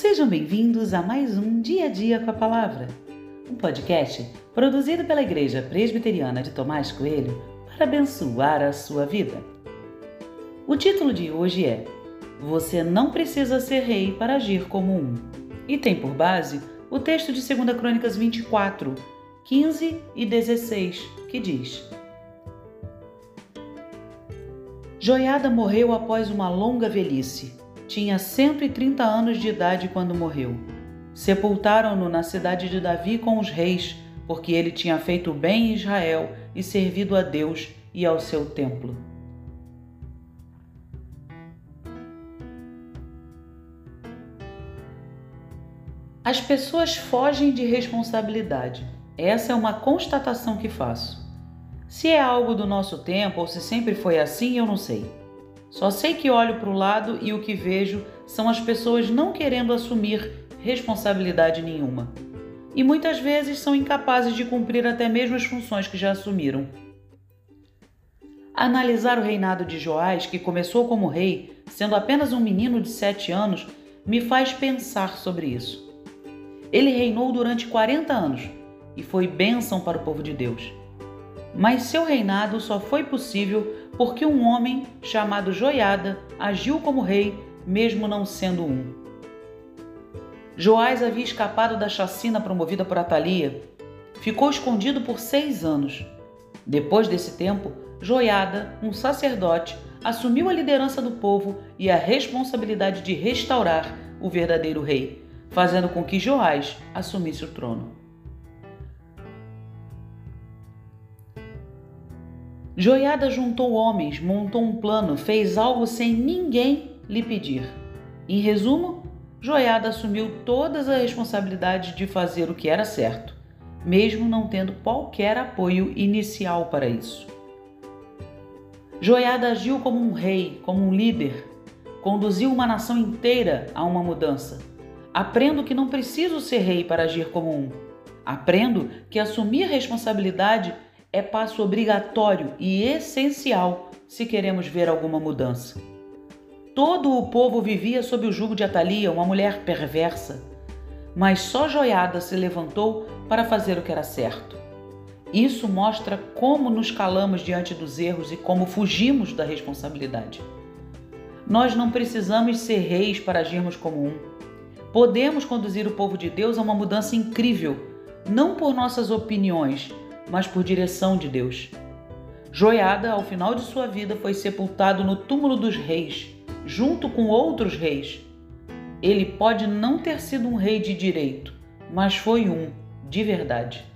Sejam bem-vindos a mais um Dia a Dia com a Palavra, um podcast produzido pela Igreja Presbiteriana de Tomás Coelho para abençoar a sua vida. O título de hoje é Você não precisa ser rei para agir como um, e tem por base o texto de 2 Crônicas 24, 15 e 16, que diz: Joiada morreu após uma longa velhice. Tinha 130 anos de idade quando morreu. Sepultaram-no na cidade de Davi com os reis, porque ele tinha feito bem em Israel e servido a Deus e ao seu templo. As pessoas fogem de responsabilidade. Essa é uma constatação que faço. Se é algo do nosso tempo ou se sempre foi assim, eu não sei. Só sei que olho para o lado e o que vejo são as pessoas não querendo assumir responsabilidade nenhuma. E muitas vezes são incapazes de cumprir até mesmo as funções que já assumiram. Analisar o reinado de Joás, que começou como rei, sendo apenas um menino de 7 anos, me faz pensar sobre isso. Ele reinou durante 40 anos e foi bênção para o povo de Deus. Mas seu reinado só foi possível porque um homem chamado Joiada agiu como rei, mesmo não sendo um. Joás havia escapado da chacina promovida por Atalia. Ficou escondido por 6 anos. Depois desse tempo, Joiada, um sacerdote, assumiu a liderança do povo e a responsabilidade de restaurar o verdadeiro rei, fazendo com que Joás assumisse o trono. Joiada juntou homens, montou um plano, fez algo sem ninguém lhe pedir. Em resumo, Joiada assumiu todas as responsabilidades de fazer o que era certo, mesmo não tendo qualquer apoio inicial para isso. Joiada agiu como um rei, como um líder, conduziu uma nação inteira a uma mudança. Aprendo que não preciso ser rei para agir como um. Aprendo que assumir responsabilidade é passo obrigatório e essencial se queremos ver alguma mudança. Todo o povo vivia sob o jugo de Atalia, uma mulher perversa, mas só Joiada se levantou para fazer o que era certo. Isso mostra como nos calamos diante dos erros e como fugimos da responsabilidade. Nós não precisamos ser reis para agirmos como um. Podemos conduzir o povo de Deus a uma mudança incrível, não por nossas opiniões, mas por direção de Deus. Joiada, ao final de sua vida, foi sepultado no túmulo dos reis, junto com outros reis. Ele pode não ter sido um rei de direito, mas foi um de verdade.